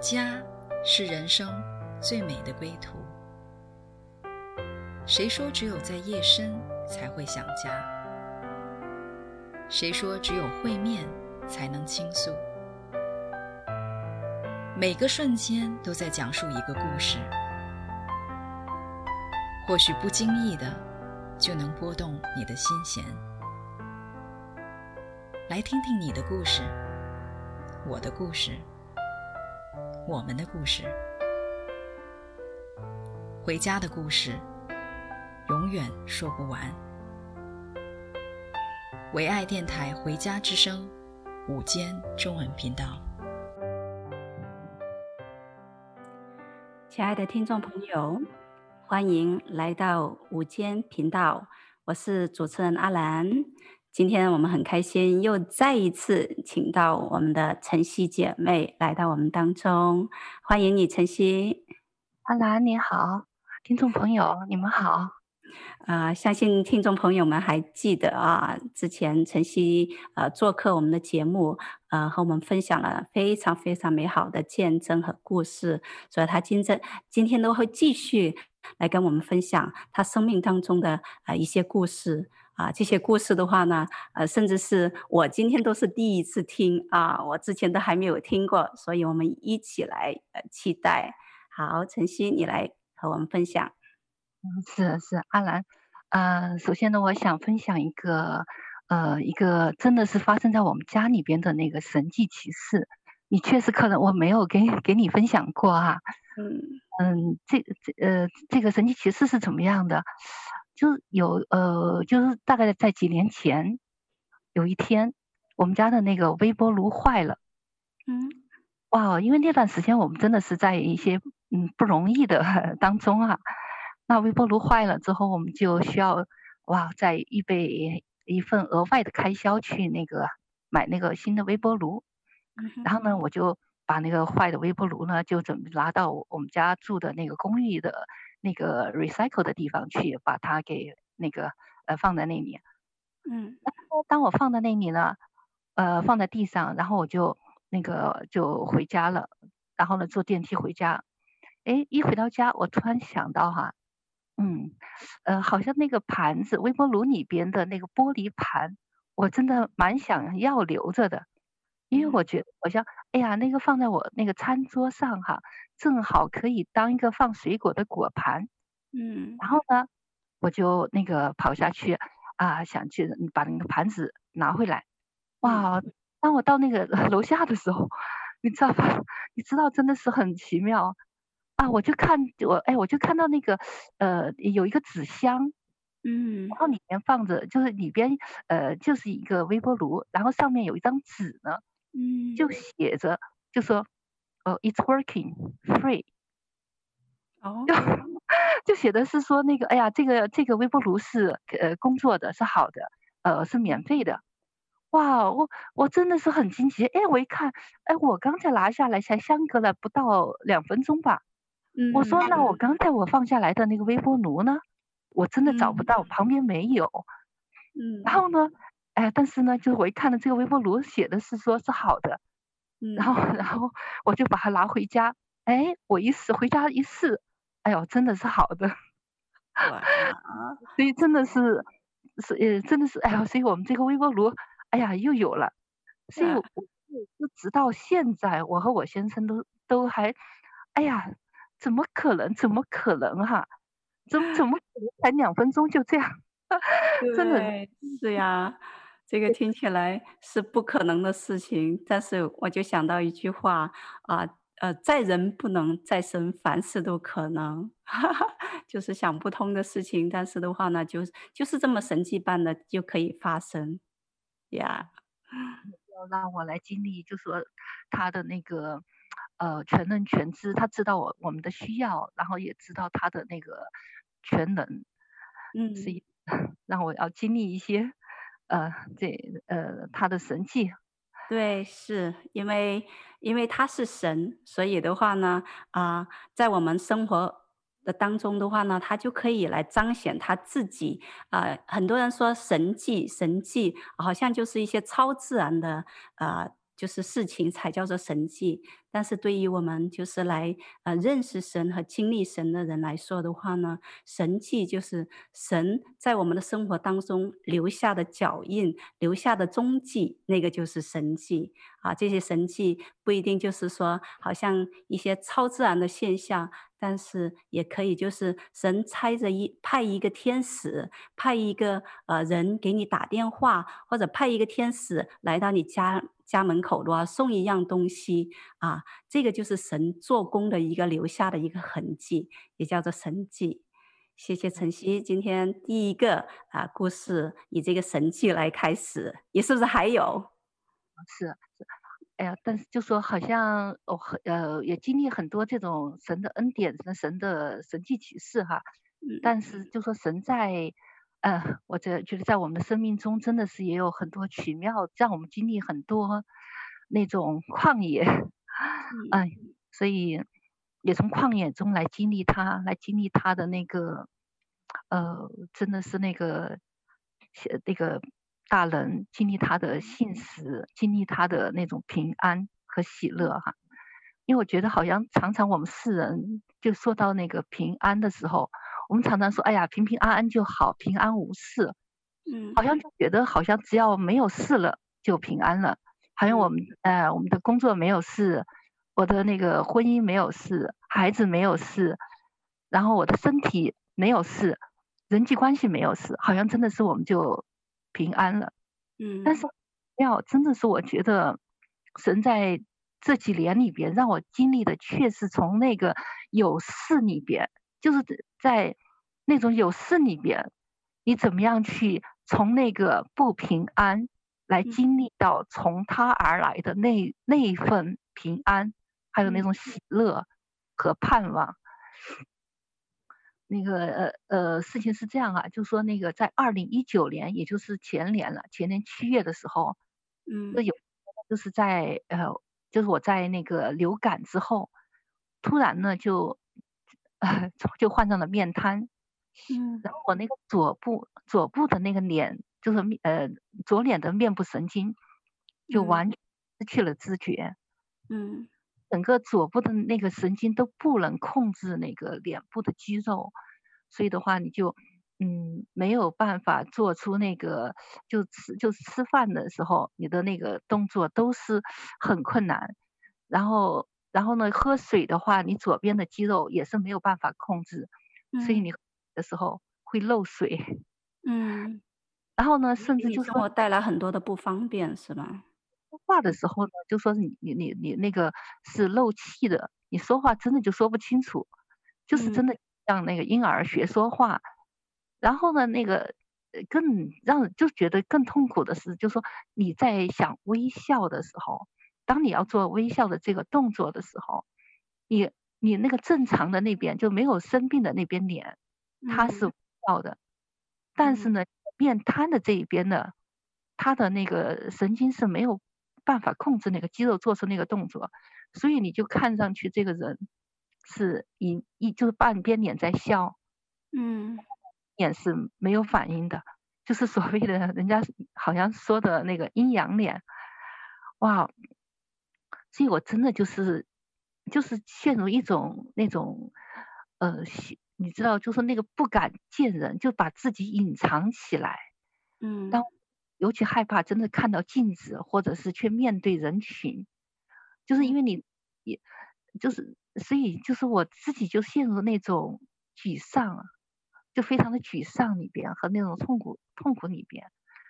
家是人生最美的归途。谁说只有在夜深才会想家？谁说只有会面才能倾诉？每个瞬间都在讲述一个故事，或许不经意的就能拨动你的心弦。来听听你的故事，我的故事，我们的故事，回家的故事永远说不完。唯爱电台回家之声午间中文频道。 亲爱的听众朋友，欢迎来到午间频道，我是主持人阿兰。今天我们很开心又再一次请到我们的晨曦姐妹来到我们当中，欢迎你，晨曦。 阿兰你好，听众朋友你们好。 相信听众朋友们还记得啊，之前晨曦做客我们的节目，和我们分享了非常非常美好的见证和故事，所以他今天都会继续来跟我们分享他生命当中的一些故事啊。这些故事的话呢，甚至是我今天都是第一次听啊，我之前都还没有听过，所以我们一起来期待。好，晨曦你来和我们分享。 是阿兰，首先呢，我想分享一个真的是发生在我们家里边的那个神迹奇事。你确实可能我没有给你分享过哈。这个神迹奇事是怎么样的？就是大概在几年前，有一天我们家的那个微波炉坏了。哇，因为那段时间我们真的是在一些不容易的当中啊。那微波炉坏了之后，我们就需要再预备一份额外的开销去买那个新的微波炉。然后呢，我就把那个坏的微波炉呢，就准备拿到我们家住的那个公寓的那个 recycle 的地方去，把它给放在那里。然后当我放在那里呢，放在地上，然后我就就回家了。然后呢，坐电梯回家。一回到家，我突然想到好像那个盘子，微波炉里边的那个玻璃盘，我真的蛮想要留着的，因为我觉得好像，那个放在我那个餐桌上哈，正好可以当一个放水果的果盘。然后呢，我就跑下去想去把那个盘子拿回来。哇，当我到那个楼下的时候，你知道吧？你知道真的是很奇妙。我就看到那个有一个纸箱。然后里面放着，就是里边就是一个微波炉，然后上面有一张纸呢。就写着就说it's working free。就写的是说这个微波炉是工作的，是好的，是免费的。哇，我真的是很惊奇。我一看，我刚才拿下来才相隔了不到2分钟吧。我说那我刚才我放下来的那个微波炉呢？我真的找不到，旁边没有。然后呢，但是呢，就是我一看到这个微波炉写的是说是好的。然后我就把它拿回家。我回家一试，哎呦，真的是好的。所以真的是，哎呀，所以我们这个微波炉，又有了。所以我就直到现在，我和我先生都还，怎么可能？怎么可能哈？怎么可能才2分钟就这样？真的是呀，这个听起来是不可能的事情，但是我就想到一句话在人不能，在神凡事都可能。就是想不通的事情，但是的话呢，就是这么神迹般的就可以发生呀。 要让我来经历，就说他的那个全能全知，他知道我们的需要，然后也知道他的那个全能。所以让我要经历一些他的神迹。 对，是因为他是神，所以的话呢，在我们生活的当中的话呢，他就可以来彰显他自己。很多人说神迹，好像就是一些超自然的就是事情才叫做神迹。但是对于我们就是来认识神和经历神的人来说的话呢，神迹就是神在我们的生活当中留下的脚印、留下的踪迹，那个就是神迹啊。这些神迹不一定就是说好像一些超自然的现象，但是也可以就是神派一个天使，派一个人给你打电话，或者派一个天使来到你家门口的话，送一样东西啊，这个就是神做工的一个留下的一个痕迹，也叫做神迹。谢谢晨曦，今天第一个故事以这个神迹来开始，你是不是还有？ 是，哎呀，但是就说好像也经历很多这种神的恩典、神的神迹启示哈。但是就说神在，我觉得在我们的生命中真的是也有很多奇妙，让我们经历很多那种旷野，所以也从旷野中来经历他的那个，真的是那个大人，经历他的信实，经历他的那种平安和喜乐哈。因为我觉得好像常常我们世人就说到那个平安的时候，我们常常说，哎呀，平平安安就好，平安无事。好像就觉得好像只要没有事了就平安了，好像我们的工作没有事，我的那个婚姻没有事，孩子没有事，然后我的身体没有事，人际关系没有事，好像真的是我们就平安了。但是真的是我觉得神在这几年里边让我经历的，却是从那个有事里边，就是在那种有事里边，你怎么样去从那个不平安来经历到从他而来的那一份平安，还有那种喜乐和盼望。那个事情是这样啊，就说那个在2019年，也就是前年7月的时候，就是就是我在那个流感之后，突然呢就患上了面瘫，然后我那个左部的那个脸，就是左脸的面部神经就完全失去了知觉，整个左部的那个神经都不能控制那个脸部的肌肉，所以的话你就没有办法做出那个吃饭的时候，你的那个动作都是很困难。然后呢，喝水的话，你左边的肌肉也是没有办法控制，所以你喝的时候会漏水。然后呢，甚至就生活带来很多的不方便，是吧？ 说话的时候呢，就说你那个是漏气的，你说话真的就说不清楚，就是真的像那个婴儿学说话。然后呢，那个更让人就觉得更痛苦的是，就说你在想微笑的时候，当你要做微笑的这个动作的时候，你那个正常的那边就没有生病的那边脸，它是微笑的，但是呢，面瘫的这一边呢，它的那个神经是没有办法控制那个肌肉做出那个动作，所以你就看上去这个人是就是半边脸在笑，脸是没有反应的，就是所谓的人家好像说的那个阴阳脸，哇！所以我真的就是陷入一种那种你知道，就是那个不敢见人，就把自己隐藏起来。尤其害怕真的看到镜子，或者是去面对人群，就是因为也就是所以就是我自己就陷入那种沮丧啊，就非常的沮丧里边和那种痛苦里边。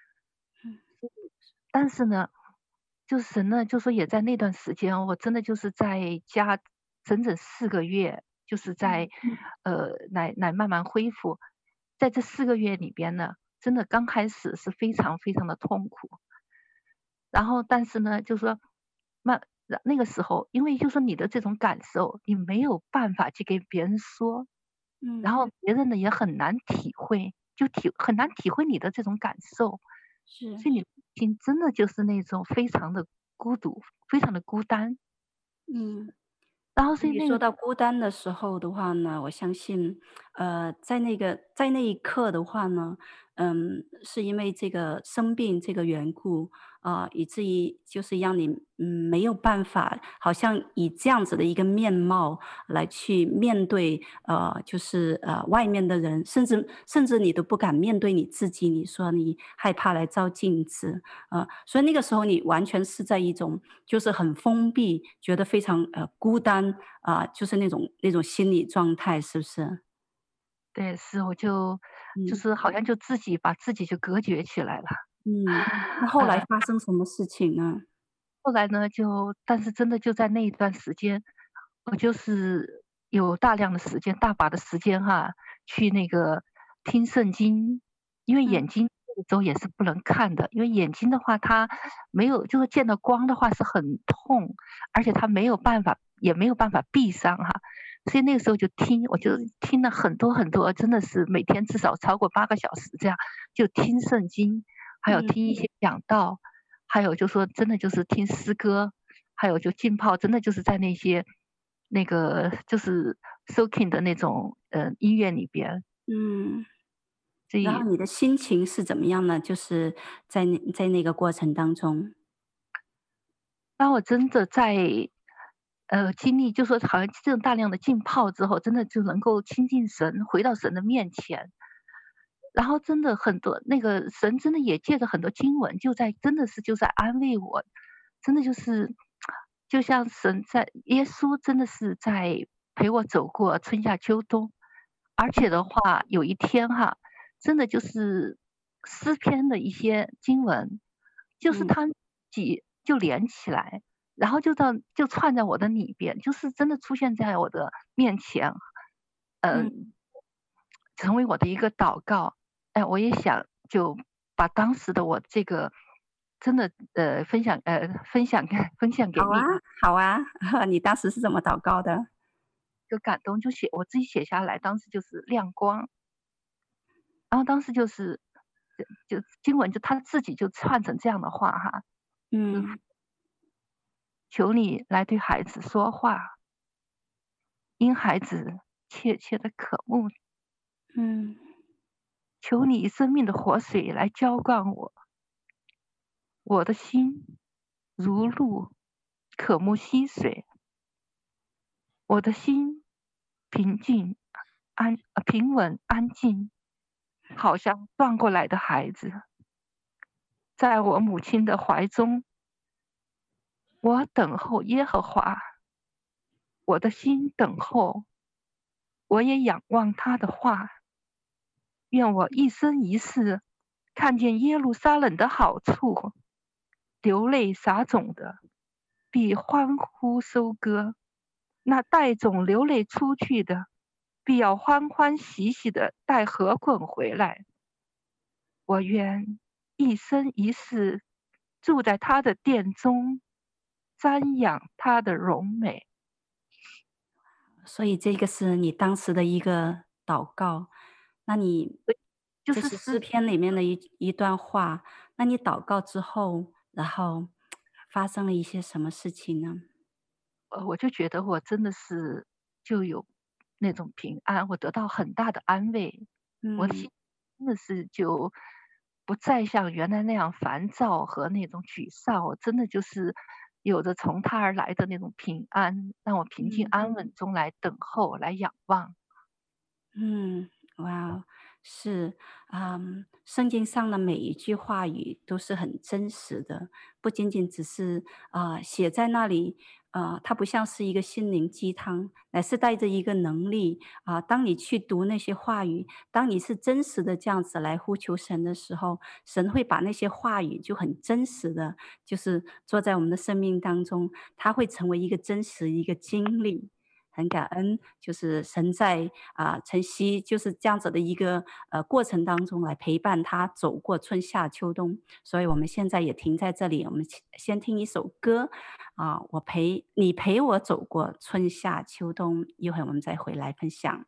但是呢，就是神呢，就说也在那段时间，我真的就是在家整整4个月，就是在来慢慢恢复。在这4个月里边呢，真的刚开始是非常非常的痛苦。然后但是呢，就说那个时候，因为就说你的这种感受，你没有办法去给别人说，然后别人呢也很难体会，很难体会你的这种感受。所以你心真的就是那种非常的孤独，非常的孤单。然后所以你说到孤单的时候的话呢，我相信在那一刻的话呢，是因为这个生病这个缘故，以至于就是让你没有办法，好像以这样子的一个面貌来去面对，就是外面的人，甚至你都不敢面对你自己，你说你害怕来照镜子，所以那个时候你完全是在一种就是很封闭，觉得非常孤单就是那种心理状态，是不是？ 对，是，我就就嗯是好像就自己把自己就隔绝起来了。 嗯，那后来呃， 发生什么事情呢？ 后来呢，但是真的就在那一段时间，我就是有大量的时间，大把的时间哈，去那个听圣经，因为嗯眼睛那个时候也是不能看的，因为眼睛的话它没有，就是见到光的话是很痛，而且它没有办法，也没有办法闭上哈，所以那个时候就听，我就听了很多很多，真的是每天至少超过8个小时这样，就听圣经，还有嗯。 听一些讲道。还有就说真的就是听诗歌，还有就浸泡，真的就是在那些那个就是 soaking 的那种音乐里边， 嗯， 所以然后你的心情是怎么样呢？就是在那个过程当中。 当我真的在经历，就说好像这种大量的浸泡之后，真的就能够亲近神，回到神的面前。然后真的很多那个神真的也借着很多经文，真的是就在安慰我，真的就是就像耶稣真的是在陪我走过春夏秋冬，而且的话有一天哈，真的就是诗篇的一些经文，就是嗯他自己就连起来，然后就串在我的里边，就是真的出现在我的面前， 嗯， 嗯，成为我的一个祷告。哎，我也想就把当时的我这个真的分享给好啊你， 好啊，你当时是怎么祷告的？ 就感动，我自己写下来，当时就是亮光，然后当时就是经文他自己就串成这样的话哈，就是嗯求你来对孩子说话，因孩子切切的渴慕， 嗯求你以生命的活水来浇灌我，我的心如露，渴慕溪水，我的心平静平稳安静，好像断过来的孩子，在我母亲的怀中，我等候耶和华，我的心等候，我也仰望他的话，愿我一生一世看见耶路撒冷的好处，流泪撒种的必欢呼收割，那带种流泪出去的，必要欢欢喜喜的带禾捆回来。我愿一生一世住在他的殿中，瞻仰他的荣美。 所以这个是你当时的一个祷告。那你这就是诗， 是诗篇里面的一段话，那你祷告之后，然后发生了一些什么事情呢？ 我就觉得我真的是就有那种平安，我得到很大的安慰，我的嗯。 心真的是就不再像原来那样烦躁和那种沮丧，我真的就是有着从他而来的那种平安，让我平静嗯。 安稳中来等候，来仰望。 嗯，哇哦，是，圣经上的每一句话语都是很真实的，不仅仅只是写在那里，它不像是一个心灵鸡汤，乃是带着一个能力当你去读那些话语，当你是真实的这样子来呼求神的时候，神会把那些话语就很真实的，就是做在我们的生命当中，它会成为一个真实一个经历。很感恩，就是神在晨曦就是这样子的一个过程当中来陪伴他走过春夏秋冬，所以我们现在也停在这里，我们先听一首歌你陪我走过春夏秋冬，一会儿我们再回来分享。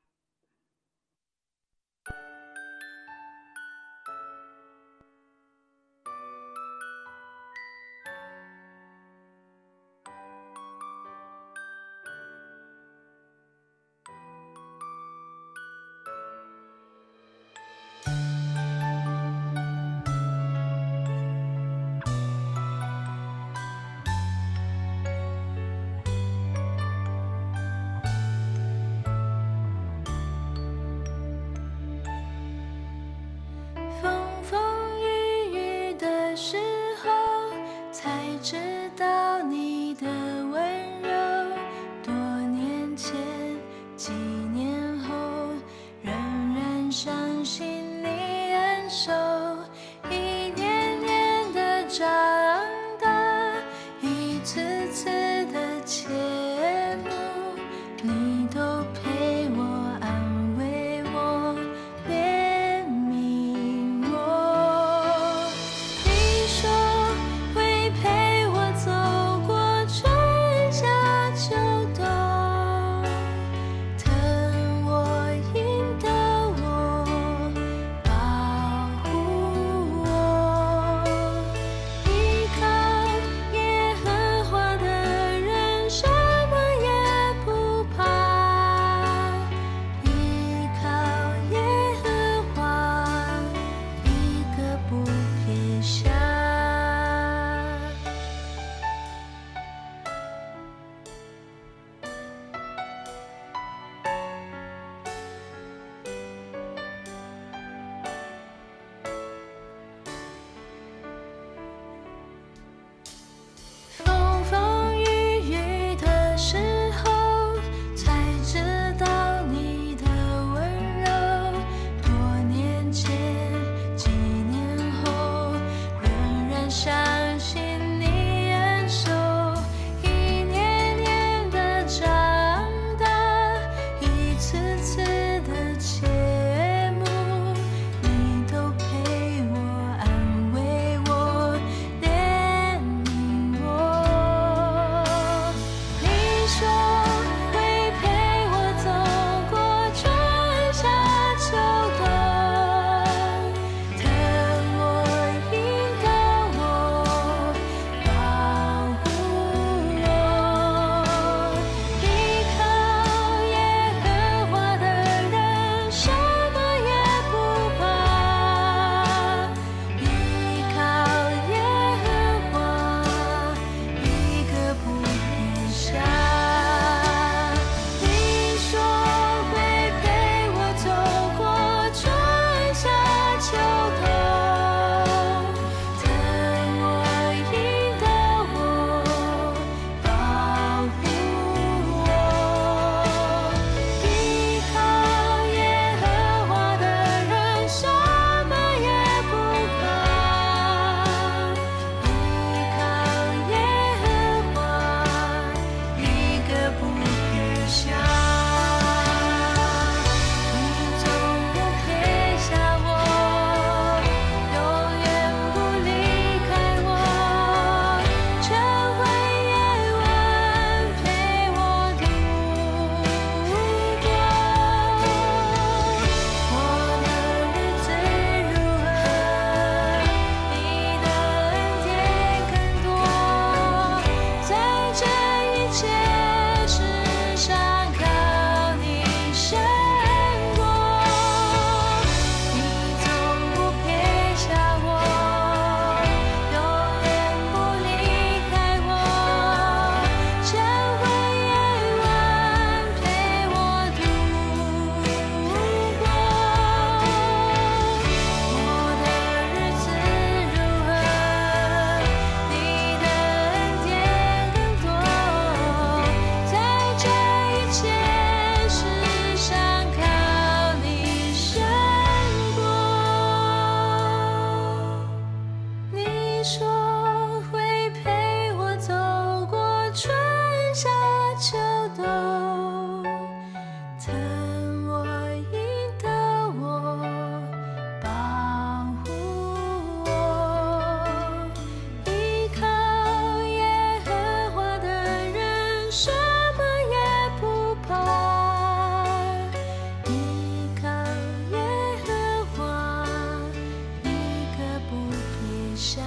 秋冬，疼我引导我保护我，依靠耶和华的人什么也不怕，依靠耶和华一个不撇下。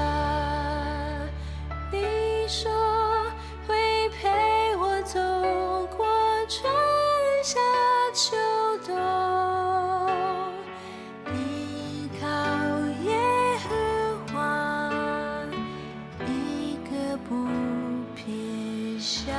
你说会陪我走过春夏秋冬，依靠耶和华一个不撇下。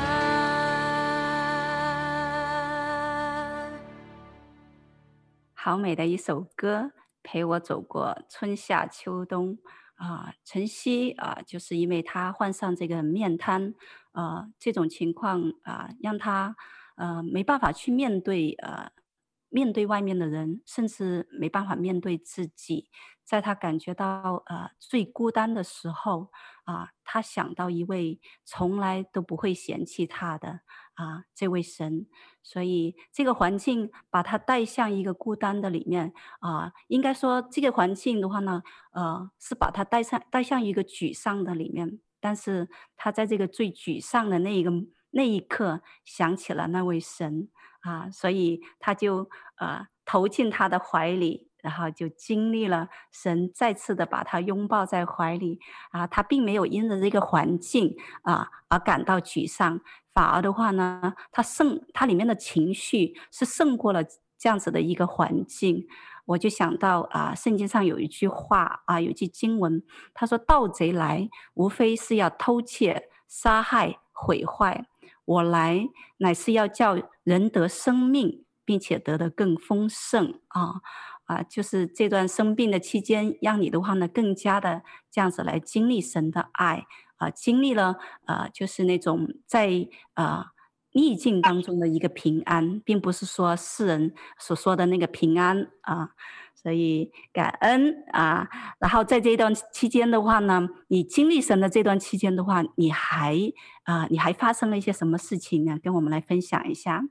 好美的一首歌，陪我走过春夏秋冬晨曦就是因为他患上这个面瘫这种情况让他没办法去面对外面的人，甚至没办法面对自己。在他感觉到最孤单的时候他想到一位从来都不会嫌弃他的这位神，所以这个环境把他带向一个孤单的里面应该说这个环境的话呢，是把他带向一个沮丧的里面，但是他在这个最沮丧的那一刻想起了那位神所以他就投进他的怀里，然后就经历了神再次的把他拥抱在怀里他并没有因着这个环境而感到沮丧，反而的话呢，他里面的情绪是胜过了这样子的一个环境。我就想到圣经上有一句话有句经文，他说盗贼来无非是要偷窃杀害毁坏，我来乃是要叫人得生命，并且得的更丰盛就是这段生病的期间，让你的话呢更加的这样子来经历神的爱经历了就是那种在逆境当中的一个平安，并不是说世人所说的那个平安所以感恩然后在这段期间的话呢，你经历神的这段期间的话，你还发生了一些什么事情呢？跟我们来分享一下。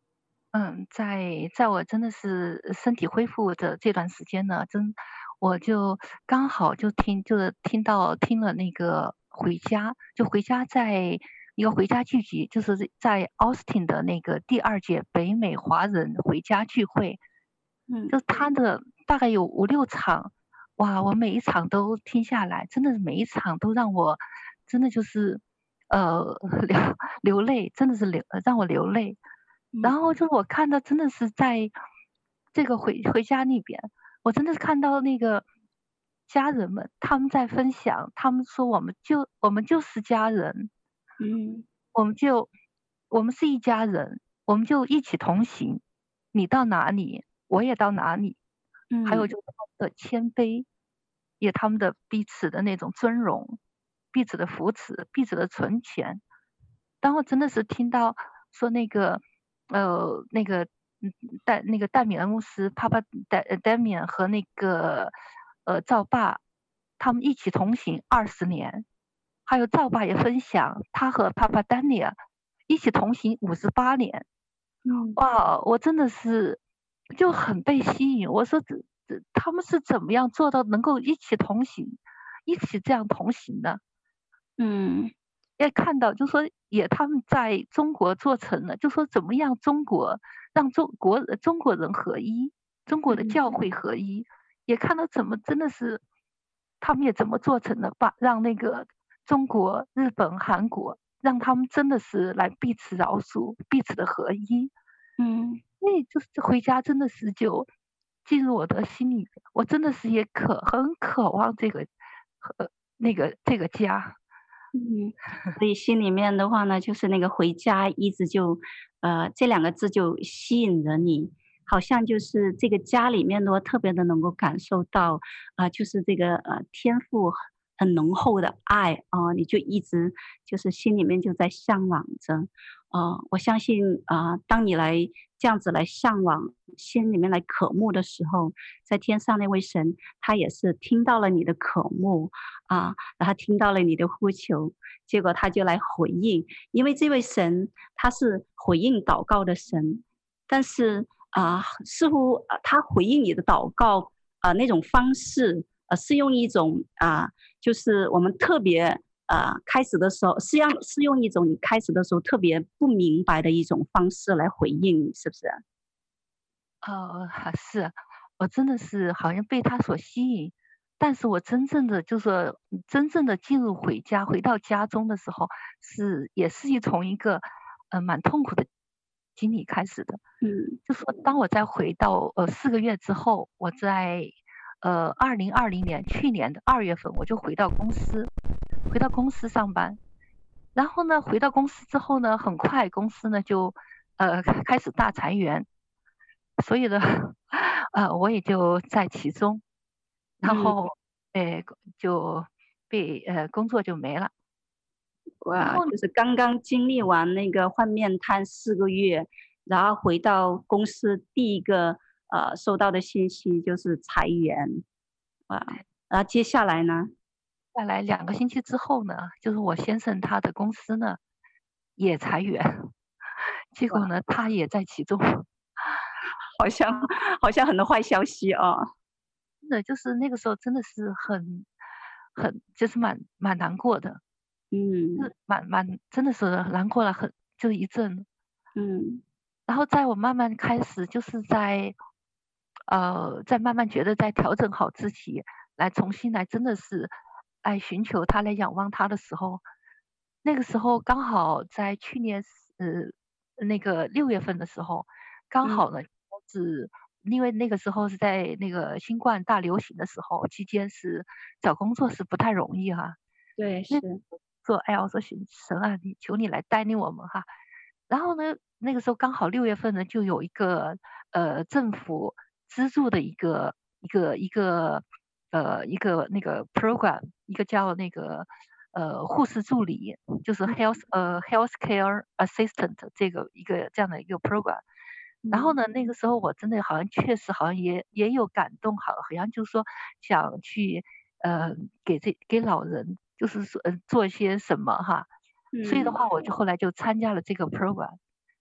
在我真的是身体恢复的这段时间呢，我就刚好听了那个回家在一个回家聚集，就是在 Austin 的那个第2届北美华人回家聚会，就是他的大概有5-6场，哇，我每一场都听下来，真的是每一场都让我真的就是流泪，真的是让我流泪。然后就我看到真的是在这个回家那边，我真的是看到那个家人们他们在分享，他们说我们就是家人，我们是一家人，我们就一起同行，你到哪里我也到哪里，还有就是他们的谦卑，也他们的彼此的那种尊荣，彼此的扶持，彼此的存钱。当我真的是听到说那个戴米恩牧师Damian 和那个赵爸他们一起同行20年，还有赵爸也分享他和Papa Daniel 一起同行58年。哇，我真的是就很被吸引。我说他们是怎么样做到能够一起同行，一起这样同行的？也看到就说他们在中国做成了，就说怎么样让中国人合一，中国的教会合一，也看到怎么真的是他们也怎么做成了，让那个中国、日本、韩国让他们真的是来彼此饶恕，彼此的合一。所以就是回家真的是就进入我的心里，我真的是也很渴望这个这个家。 所以心里面的话呢，就是那个回家一直就这2个字就吸引着你，好像就是这个家里面的话特别的能够感受到就是这个天父很浓厚的爱你就一直就是心里面就在向往着我相信当你来这样子来向往，心里面来渴慕的时候，在天上那位神他也是听到了你的渴慕啊，然后听到了你的呼求，结果他就来回应。因为这位神他是回应祷告的神，但是似乎他回应你的祷告那种方式是用一种就是我们特别开始的时候是用一种你开始的时候特别不明白的一种方式来回应你，是不是？ 是，我真的是好像被他所吸引，但是我真正的进入回到家中的时候，也是从一个蛮痛苦的经历开始的。就说当我再回到4个月之后，我在2020年去年的2月份我就回到公司上班，然后呢回到公司之后呢，很快公司呢就开始大裁员，所以呢我也就在其中，然后就被工作就没了。 哇，就是刚刚经历完那个换面瘫4个月，然后回到公司第一个收到的信息就是裁员，然后接下来呢？ 再来2个星期之后呢，就是我先生他的公司呢也裁员，结果呢他也在其中， 好像很多坏消息啊。 真的就是那个时候真的是很就是蛮难过的，真的是难过了就是一阵，然后在我慢慢开始就是在慢慢觉得在调整好自己，来重新来真的是来寻求他，来仰望他的时候，那个时候刚好在去年那个6月份的时候，刚好呢是因为那个时候是在那个新冠大流行的时候期间，是找工作是不太容易哈。 对，是说我说神啊，求你来带领我们哈。然后呢，那个时候刚好6月份呢，就有一个政府资助的一个那个 program， 一个叫那个护士助理，就是 healthcare assistant 这样的一个 program。然后呢，那个时候我真的好像确实好像也有感动，好像就是说想去给老人就是说做一些什么哈。所以的话，我就后来就参加了这个 program。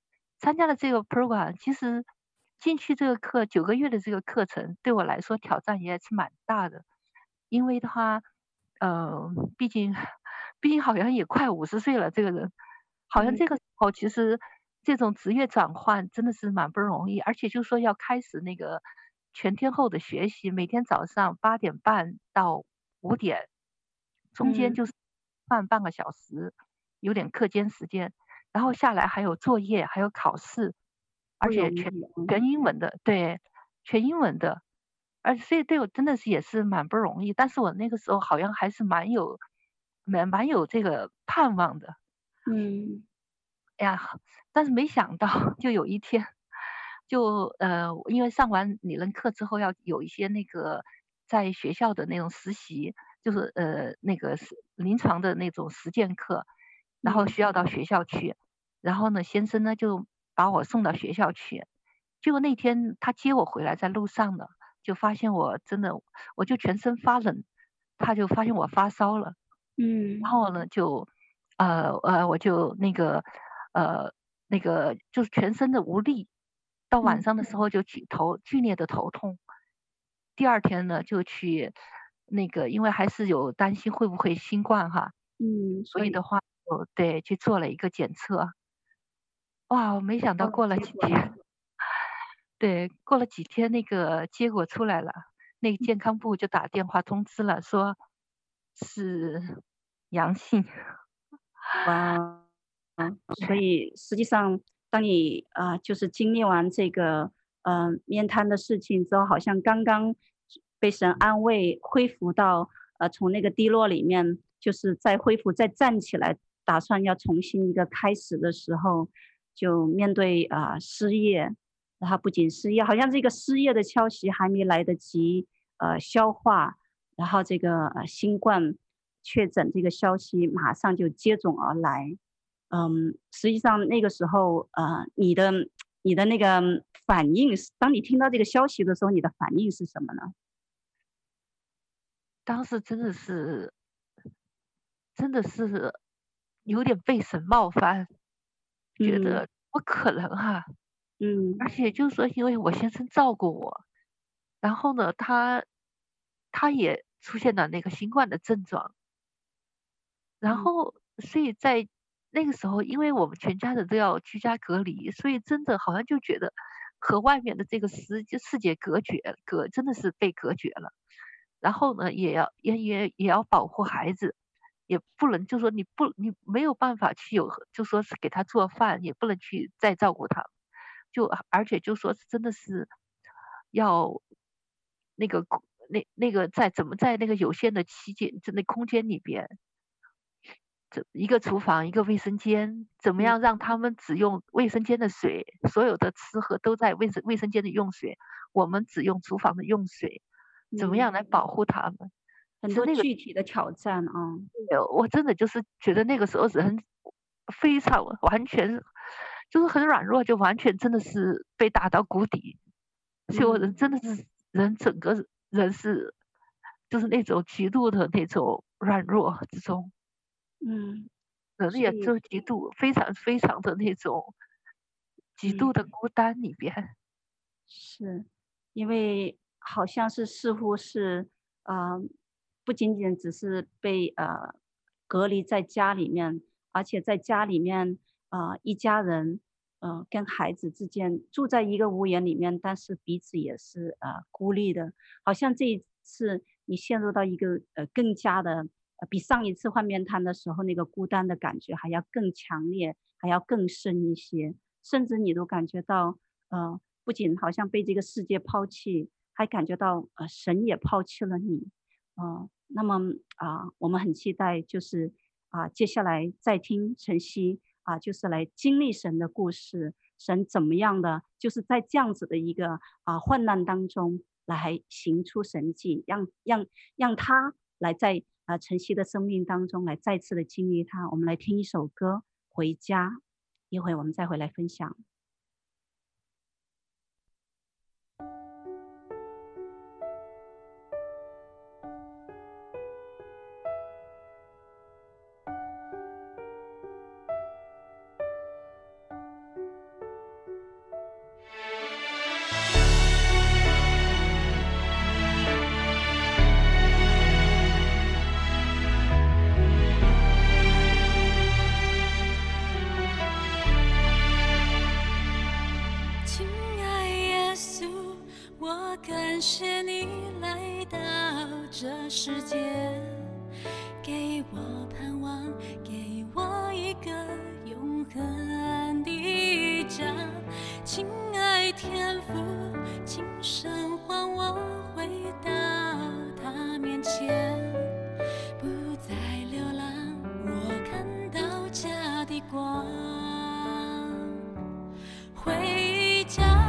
其实进去这个课9个月的这个课程，对我来说挑战也是蛮大的，因为的话，毕竟好像也快50岁了，这个人好像这个时候其实这种职业转换真的是蛮不容易，而且就是说要开始那个全天候的学习，每天早上8点半到5点，中间就是半个小时，有点课间时间，然后下来还有作业，还有考试，而且全英文的，对，全英文的，而且所以对我真的是也是蛮不容易，但是我那个时候好像还是蛮有这个盼望的。哎呀，但是没想到就有一天，就因为上完理论课之后要有一些那个在学校的那种实习，就是那个临床的那种实践课，然后需要到学校去，然后呢先生呢就把我送到学校去，结果那天他接我回来，在路上呢就发现我就全身发冷，他就发现我发烧了，然后呢就我就那个就是全身的无力，到晚上的时候就剧烈的头痛，第2天呢就去那个，因为还是有担心会不会新冠哈，所以的话对去做了一个检测，哇，我没想到过了几天，对，过了几天那个结果出来了，那个健康部就打电话通知了，说是阳性。 哇，所以实际上当你就是经历完这个面瘫的事情之后，好像刚刚被神安慰，恢复到从那个低落里面，就是再恢复再站起来，打算要重新一个开始的时候，就面对失业，然后不仅失业，好像这个失业的消息还没来得及消化，然后这个新冠确诊这个消息马上就接踵而来。实际上那个时候你的你的那个反应，当你听到这个消息的时候，你的反应是什么呢？ 当时真的是有点被神冒犯，觉得不可能哈。而且就是说，因为我先生照顾我，然后呢，他也出现了那个新冠的症状，然后所以在那个时候，因为我们全家人都要居家隔离，所以真的好像就觉得和外面的这个世界真的是被隔绝了。然后呢，也要保护孩子，也不能就说你没有办法去就说是给他做饭，也不能去再照顾他，而且就说是真的是要那个怎么在那个有限的空间里边，一个厨房一个卫生间，怎么样让他们只用卫生间的水，所有的吃喝都在卫生间的用水，我们只用厨房的用水，怎么样来保护他们？ 很多具体的挑战啊！ 我真的就是觉得那个时候人非常完全就是很软弱，就完全真的是被打到谷底，所以我真的是整个人是就是那种极度的那种软弱之中，人也就极度非常非常的那种极度的孤单里边， 是因为好像是似乎是不仅仅只是被隔离在家里面，而且在家里面一家人跟孩子之间住在一个屋檐里面，但是彼此也是孤立的。好像这一次你陷入到一个更加的比上一次换面瘫的时候那个孤单的感觉还要更强烈，还要更深一些，甚至你都感觉到不仅好像被这个世界抛弃，还感觉到神也抛弃了你。那么我们很期待就是接下来再听晨曦就是来经历神的故事，神怎么样的就是在这样子的一个患难当中来行出神迹，让他来在晨曦的生命当中来再次的经历他。我们来听一首歌回家，一会我们再回来分享。 感谢你来到这世界，给我盼望，给我一个永恒的家。亲爱天父，请神唤我回到他面前，不再流浪，我看到家的光。回家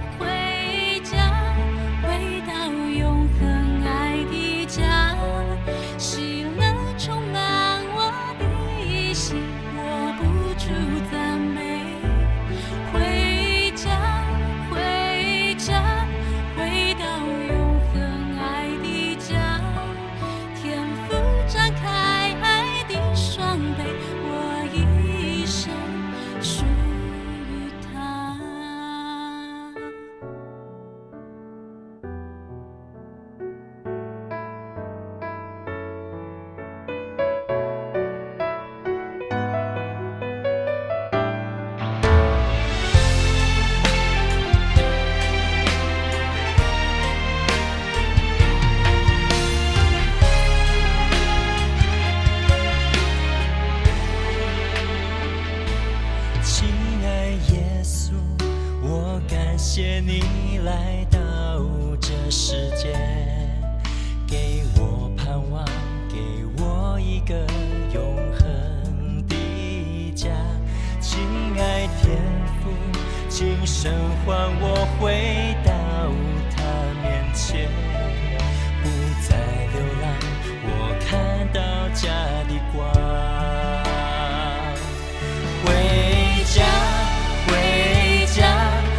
谢你来到这世界，给我盼望，给我一个永恒的家。亲爱天父，请神唤我回到他面前，不再流浪，我看到家的光。回家，回家，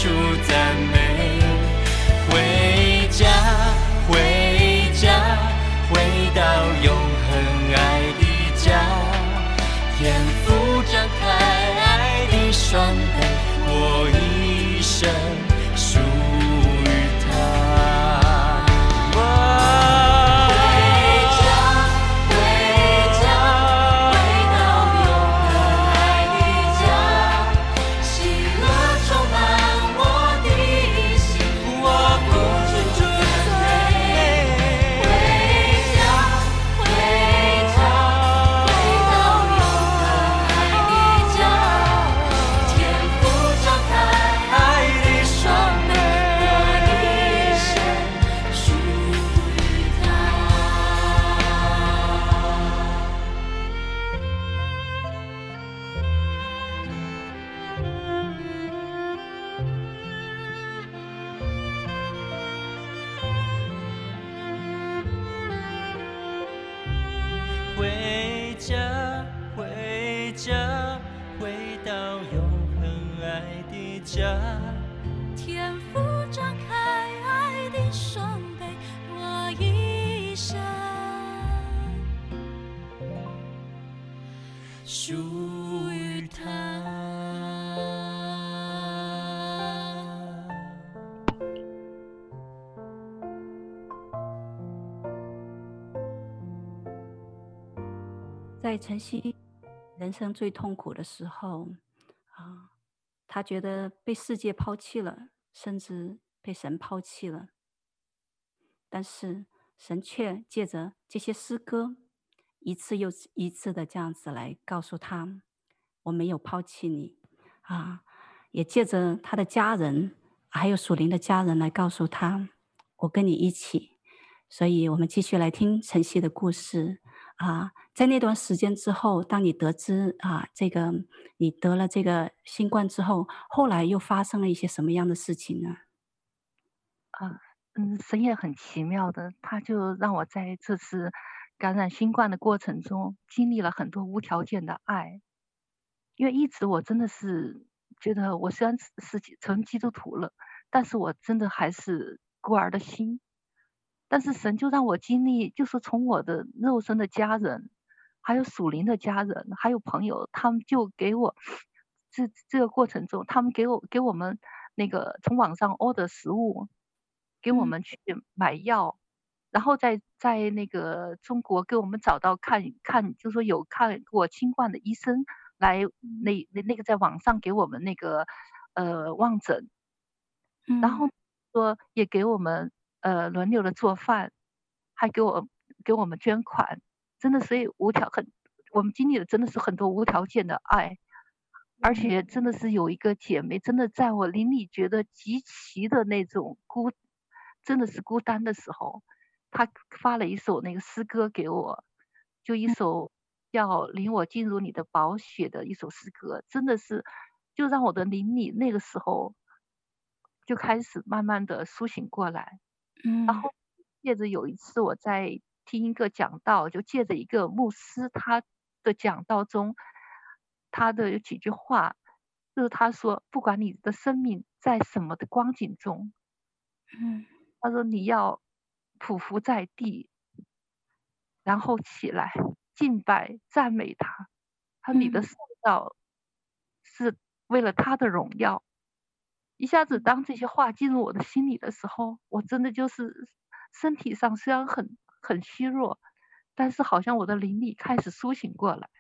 出赞美。回家，回家，回到永恒爱的家，天父张开爱的双臂，我一生属于他。回家，回家，回到永恒爱的家， 天父张开爱的双臂，我一生属于他。 在晨曦人生最痛苦的时候他觉得被世界抛弃了，甚至被神抛弃了。但是神却借着这些诗歌，一次又一次的这样子来告诉他，我没有抛弃你也借着他的家人，还有属灵的家人来告诉他，我跟你一起。所以我们继续来听晨曦的故事在那段时间之后，当你得知你得了这个新冠之后，后来又发生了一些什么样的事情呢？ 神也很奇妙的，他就让我在这次感染新冠的过程中，经历了很多无条件的爱。因为一直我真的是觉得，我虽然是成基督徒了，但是我真的还是孤儿的心。但是神就让我经历，就是从我的肉身的家人，还有属灵的家人，还有朋友，他们就给我这个过程中，他们给我们那个从网上 order 食物，给我们去买药，然后在那个中国给我们找到看，就是说有看过新冠的医生来那个在网上给我们那个望诊，然后说也给我们轮流的做饭，还给我们捐款，真的，所以我们经历了真的是很多无条件的爱。而且真的是有一个姐妹，真的在我邻里觉得极其的那种真的是孤单的时候，她发了一首那个诗歌给我，就一首叫领我进入你的宝血的一首诗歌，真的是就让我的邻里那个时候就开始慢慢的苏醒过来。然后借着有一次我在听一个讲道，就借着一个牧师他的讲道中，他的有几句话，就是他说，不管你的生命在什么的光景中，他说你要匍匐在地，然后起来敬拜赞美他，他说你的受造是为了他的荣耀。一下子当这些话进入我的心里的时候，我真的就是身体上虽然很虚弱，但是好像我的灵力开始苏醒过来。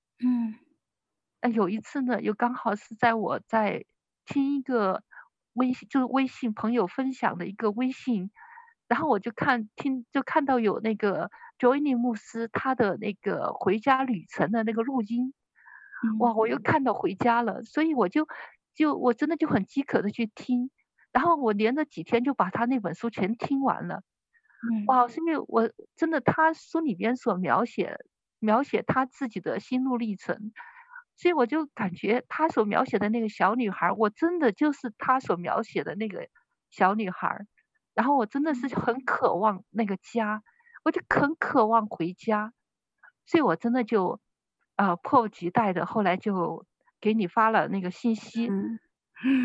有一次呢，又刚好是在我在听一个微信朋友分享的一个微信，然后我就看到有那个 Johnny 牧师他的那个回家旅程的那个录音，哇，我又看到回家了，所以我我真的就很饥渴的去听，然后我连着几天就把他那本书全听完了。哇，是因为我真的他书里边所描写他自己的心路历程，所以我就感觉他所描写的那个小女孩，我真的就是他所描写的那个小女孩，然后我真的是很渴望那个家，我就很渴望回家，所以我真的就迫不及待的后来就给你发了那个信息。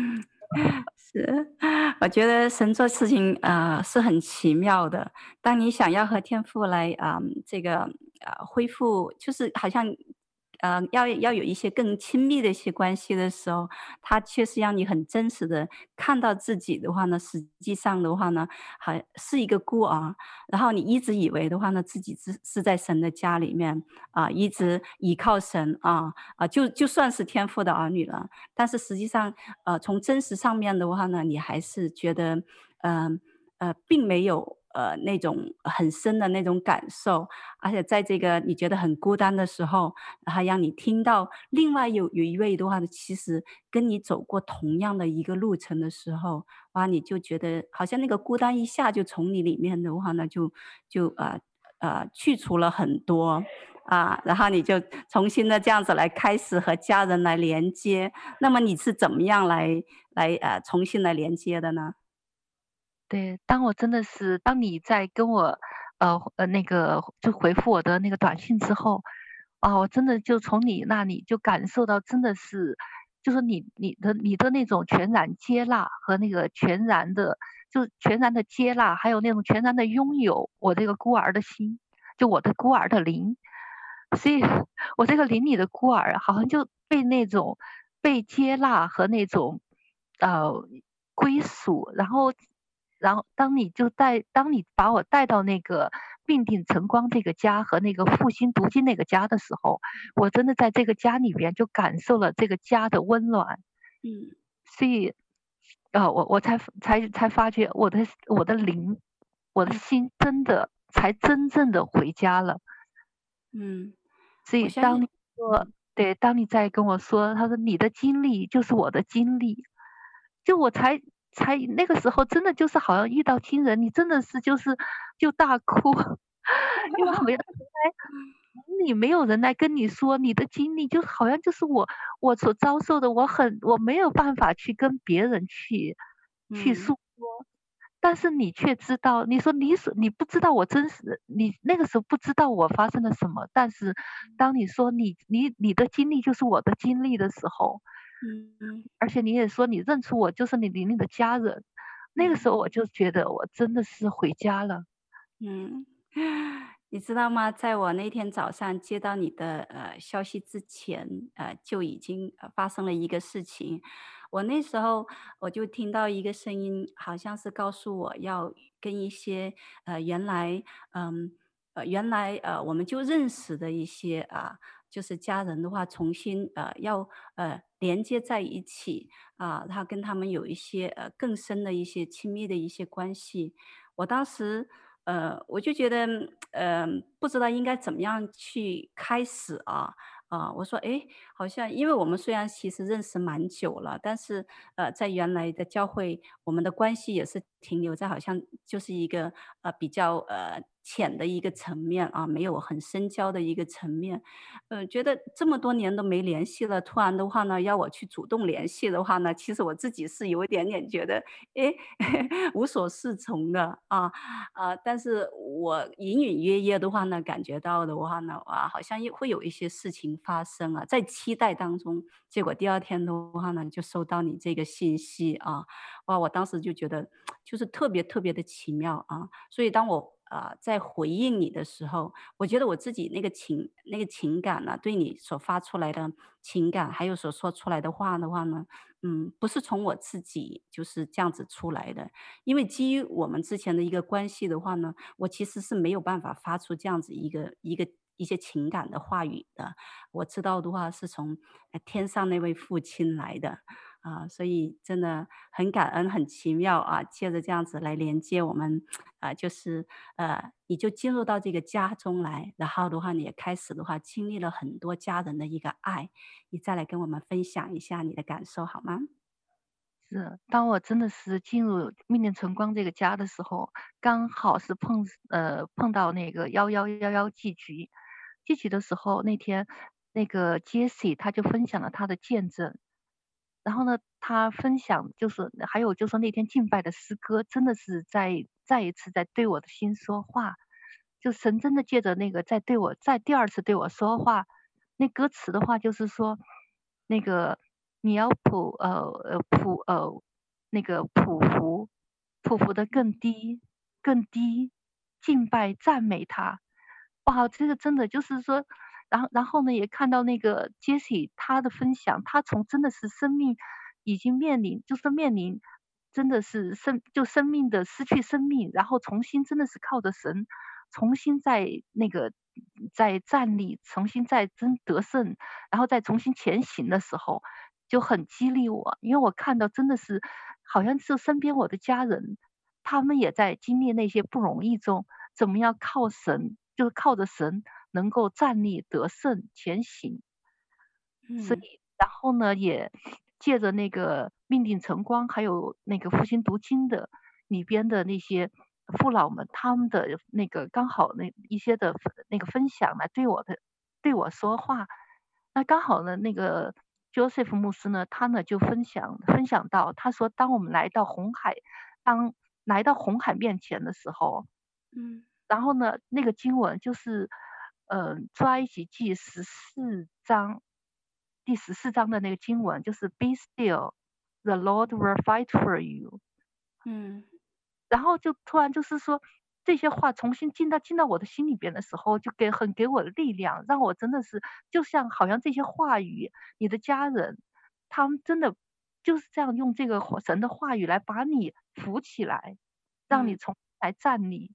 是，我觉得神做事情是很奇妙的。当你想要和天父来这个恢复，就是好像要有一些更亲密的一些关系的时候，他确实让你很真实的看到自己的话呢，实际上的话呢，还是一个孤儿。然后你一直以为的话呢，自己是在神的家里面一直依靠神就算是天父的儿女了。但是实际上，从真实上面的话呢，你还是觉得，并没有那种很深的那种感受，而且在这个你觉得很孤单的时候，还让你听到另外有一位的话呢，其实跟你走过同样的一个路程的时候，哇，你就觉得好像那个孤单一下就从你里面的话呢，就去除了很多。然后你就重新的这样子来开始和家人来连接。那么你是怎么样来重新来连接的呢？ 对，当你在跟我那个就回复我的那个短信之后，我真的就从你那里就感受到，真的是就是你的那种全然接纳和那个全然的接纳，还有那种全然的拥有我这个孤儿的心，就我的孤儿的灵。所以我这个灵里的孤儿好像就被那种被接纳和那种归属，然后当你把我带到那个命定晨光这个家和那个复兴读经那个家的时候，我真的在这个家里边就感受了这个家的温暖。所以我才发觉我的灵，我的心才真正的回家了。所以当你在跟我说，他说你的经历就是我的经历，就我才那个时候真的就是好像遇到亲人，你真的是就大哭，因为好像你没有人来跟你说你的经历，就好像就是我所遭受的，我没有办法去跟别人去诉说。但是你却知道，你说你不知道我真实，你那个时候不知道我发生了什么，但是当你说你的经历就是我的经历的时候，而且你也说你认出我就是你邻里的家人，那个时候我就觉得我真的是回家了。 你知道吗？在我那天早上接到你的消息之前，就已经发生了一个事情。我那时候我就听到一个声音，好像是告诉我要跟一些原来我们就认识的一些就是家人的话，重新要连接在一起然后跟他们有一些更深的一些亲密的一些关系。我当时我就觉得不知道应该怎么样去开始我说，诶，好像因为我们虽然其实认识蛮久了，但是在原来的教会，我们的关系也是停留在好像就是一个比较浅的一个层面没有很深交的一个层面。觉得这么多年都没联系了，突然的话呢，要我去主动联系的话呢，其实我自己是有一点点觉得，诶，无所适从的但是我隐隐约约的话呢，感觉到的话呢，好像会有一些事情发生在期待当中。结果第二天的话呢，就收到你这个信息我当时就觉得就是特别特别的奇妙所以当我在回应你的时候，我觉得我自己那个情感呢，对你所发出来的情感，还有所说出来的话呢，不是从我自己就是这样子出来的。因为基于我们之前的一个关系的话呢，我其实是没有办法发出这样子一些情感的话语的。我知道的话是从天上那位父亲来的所以真的很感恩，很奇妙借着这样子来连接我们就是你就进入到这个家中来，然后的话你也开始的话经历了很多家人的一个爱，你再来跟我们分享一下你的感受好吗？ 是，当我真的是进入命令晨光这个家的时候，刚好是碰到那个1111祭局，祭局的时候，那天那个 Jessie 他就分享了他的见证，然后呢，他分享还有就是那天敬拜的诗歌，真的是再一次在对我的心说话，就神真的借着那个在第二次对我说话，那歌词的话就是说，那个你要那个匍匐的更低更低，敬拜赞美他。哇，这个真的就是说，然后呢，也看到那个 Jessie 他的分享，他从真的是生命已经面临真的是生命的失去生命，然后重新真的是靠着神，重新在站立，重新再得胜，然后再重新前行的时候，就很激励我，因为我看到真的是好像是身边我的家人，他们也在经历那些不容易中，怎么样靠神，就是靠着神能够站立得胜前行。所以然后呢，也借着那个命定晨光，还有那个复兴读经的里边的那些父老们，他们的那个刚好那一些的那个分享来对我说话。那刚好呢，那个 Joseph 牧师呢，他呢就分享到，他说当我们来到红海面前的时候，然后呢，那个经文就是出埃及记第14章的那个经文，就是 Be still, the Lord will fight for you。然后就突然就是说这些话重新进到我的心里边的时候，就给我的力量，让我真的是就像好像这些话语，你的家人他们真的就是这样用这个神的话语来把你扶起来，让你重新来站立。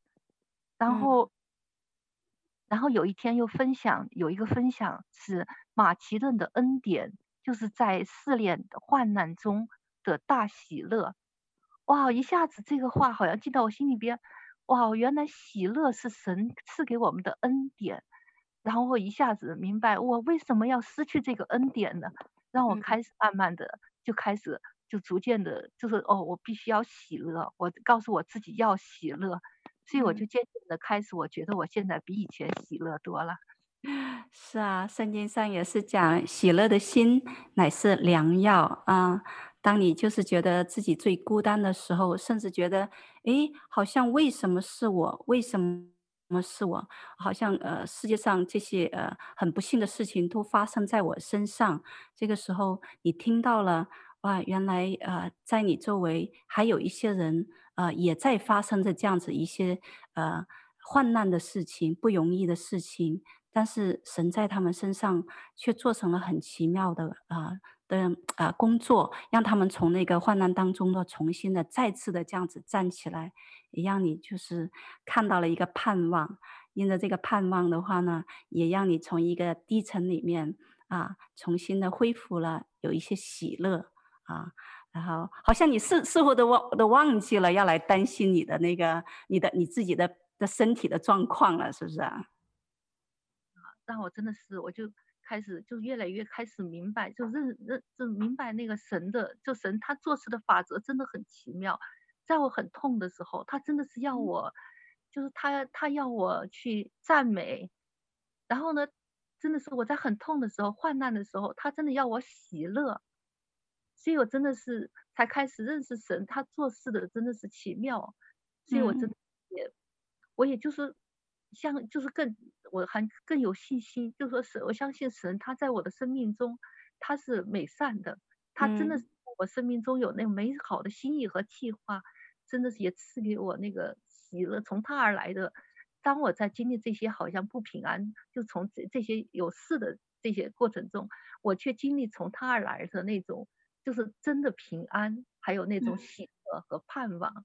然后有一天有一个分享是马其顿的恩典，就是在试炼的患难中的大喜乐。哇，一下子这个话好像进到我心里边，哇，原来喜乐是神赐给我们的恩典。然后我一下子明白我为什么要失去这个恩典呢？让我开始慢慢的就逐渐的就是我必须要喜乐，我告诉我自己要喜乐。所以我就渐渐的开始，我觉得我现在比以前喜乐多了。 是啊，圣经上也是讲喜乐的心乃是良药啊。当你就是觉得自己最孤单的时候，甚至觉得好像为什么是我，为什么是我，好像世界上这些很不幸的事情都发生在我身上。这个时候你听到了，哇，原来在你周围还有一些人也在发生着这样子一些患难的事情，不容易的事情，但是神在他们身上却做成了很奇妙的工作，让他们从那个患难当中重新的再次的这样子站起来，也让你就是看到了一个盼望。因着这个盼望的话呢，也让你从一个低沉里面重新的恢复了有一些喜乐然后好像你似乎都忘记了要来担心你的那个你自己的身体的状况了，是不是啊？ 让我真的是我就开始就越来越开始明白，就明白那个神他做事的法则真的很奇妙。在我很痛的时候，他真的是要我，就是他要我去赞美。然后呢，真的是我在很痛的时候、患难的时候，他真的要我喜乐。所以我真的是才开始认识神，他做事的真的是奇妙。所以我真的我也就是我还更有信心，就说我相信神，他在我的生命中他是美善的，他真的是我生命中有那美好的心意和计划，真的是也赐给我那个喜乐，从他而来的。当我在经历这些好像不平安，就从这些有事的这些过程中，我却经历从他而来的那种就是真的平安，还有那种喜乐和盼望。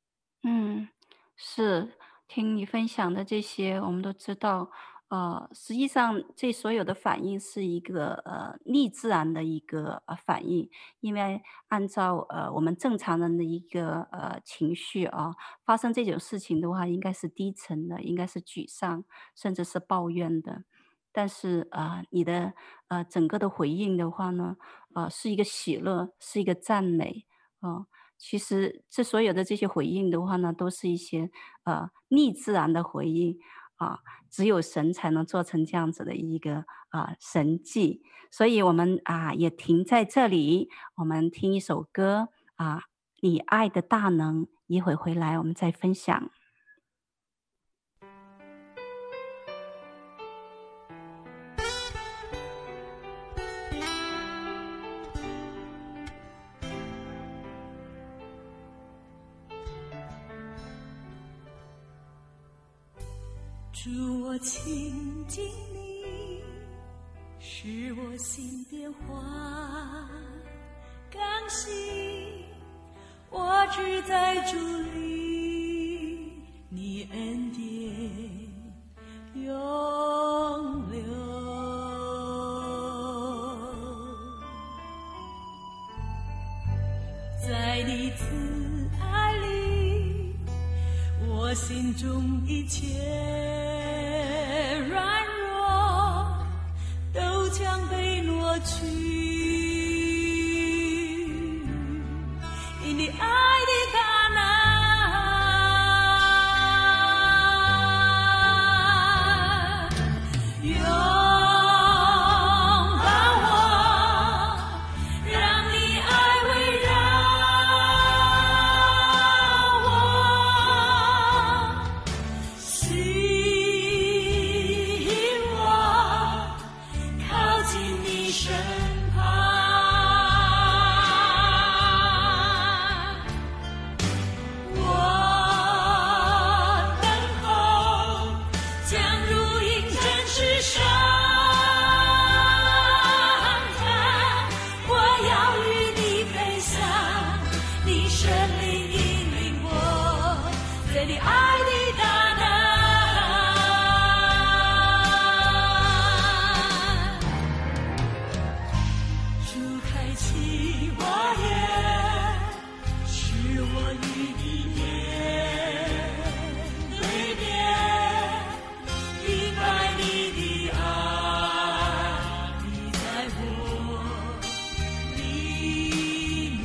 是，听你分享的这些，我们都知道，实际上这所有的反应是一个逆自然的一个反应，因为按照我们正常人的一个情绪发生这种事情的话，应该是低沉的，应该是沮丧，甚至是抱怨的。但是你的整个的回应的话呢，是一个喜乐，是一个赞美其实这所有的这些回应的话呢，都是一些逆自然的回应只有神才能做成这样子的一个神迹。所以我们也停在这里，我们听一首歌你爱的大能，一会回来我们再分享。 主，我亲近你，是我心变化刚性，我只在主里，你恩典永留。在你慈爱里，我心中一切软弱都将被挪去，因你爱的大能拥抱我，让你爱围绕我，吸引我靠近你身旁。我等候将如鹰展翅上腾，我要与你飞翔，你生命引领我，在你爱的大能，主开启我眼，使我与你面对面，明白你的爱，你在我里面，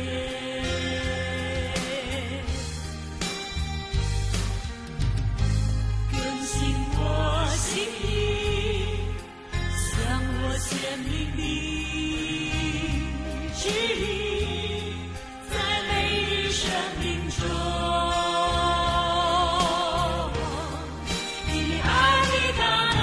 更新我心意，向我显明你旨意，在每日生命中，因你爱的大能。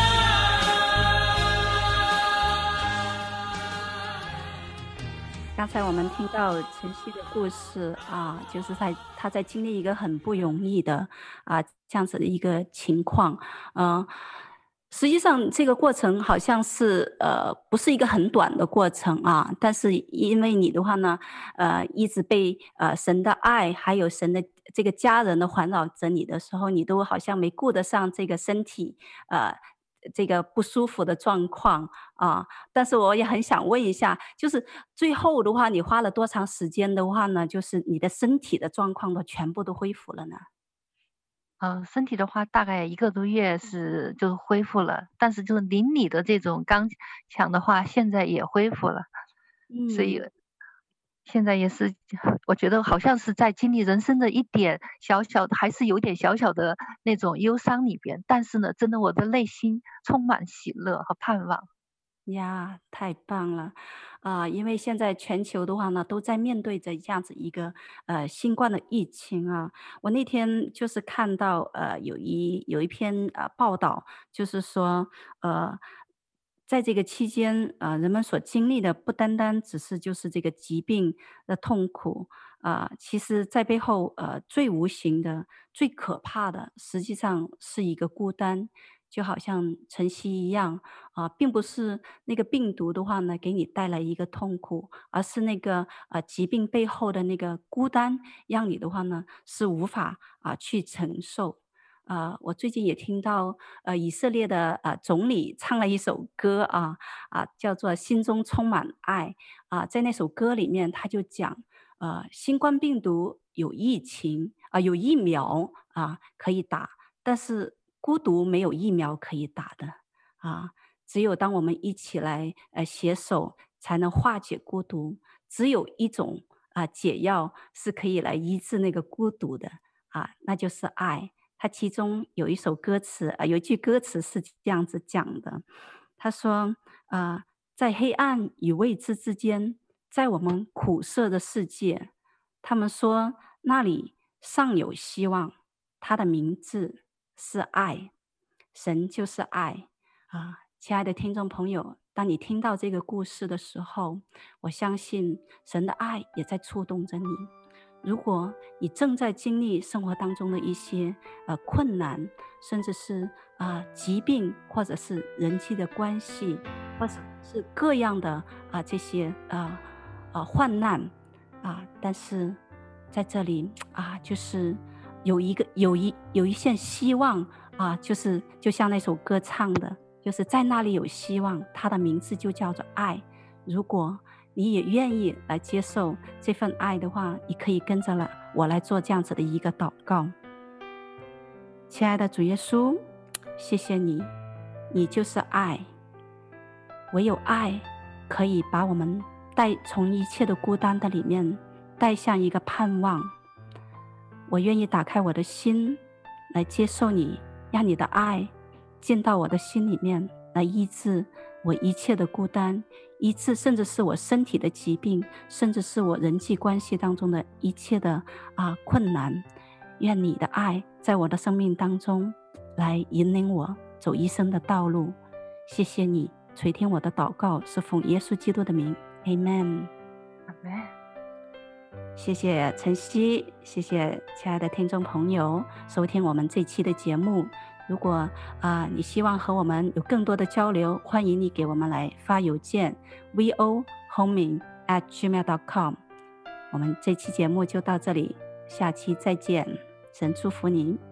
刚才我们听到晨曦的故事啊，就是他在经历一个很不容易的这样子的一个情况，实际上这个过程好像是不是一个很短的过程啊，但是因为你的话呢，一直被神的爱还有神的这个家人的环绕着你的时候，你都好像没顾得上这个身体这个不舒服的状况啊。但是我也很想问一下，就是最后的话，你花了多长时间的话呢，就是你的身体的状况都全部都恢复了呢？ 身体的话大概1个多月是就恢复了，但是就是邻里的这种刚强的话，现在也恢复了，所以现在也是，我觉得好像是在经历人生的一点小小的，还是有点小小的那种忧伤里边，但是呢，真的我的内心充满喜乐和盼望。 呀，太棒了！因为现在全球的话呢，都在面对着这样子一个新冠的疫情啊。我那天就是看到有一篇报道，就是说在这个期间人们所经历的不单单只是就是这个疾病的痛苦其实在背后最无形的、最可怕的，实际上是一个孤单。就好像晨曦一样并不是那个病毒的话呢，给你带来一个痛苦，而是那个疾病背后的那个孤单，让你的话呢是无法去承受。我最近也听到以色列的总理唱了一首歌叫做《心中充满爱》在那首歌里面他就讲新冠病毒有疫情有疫苗可以打，但是孤独没有疫苗可以打的只有当我们一起来携手，才能化解孤独。只有一种解药是可以来医治那个孤独的那就是爱。它其中有一首歌词有一句歌词是这样子讲的，他说在黑暗与未知之间，在我们苦涩的世界，他们说那里尚有希望，它的名字是爱，神就是爱亲爱的听众朋友，当你听到这个故事的时候，我相信神的爱也在触动着你。 如果你正在经历生活当中的一些困难，甚至是疾病，或者是人际的关系，或者是各样的这些患难但是在这里就是有一线希望就是就像那首歌唱的，就是在那里有希望，它的名字就叫做爱。如果你也愿意来接受这份爱的话，你可以跟着我来做这样子的一个祷告。亲爱的主耶稣，谢谢你，你就是爱，唯有爱可以把我们从一切的孤单的里面带向一个盼望。我愿意打开我的心来接受你，让你的爱进到我的心里面，来医治我一切的孤单，医治甚至是我身体的疾病，甚至是我人际关系当中的一切的困难。愿你的爱在我的生命当中来引领我走一生的道路。谢谢你垂听我的祷告，是奉耶稣基督的名 Amen。 谢谢晨曦，谢谢亲爱的听众朋友收听我们这期的节目。如果你希望和我们有更多的交流，欢迎你给我们来发邮件 vohoming@gmail.com。 我们这期节目就到这里，下期再见，神祝福您。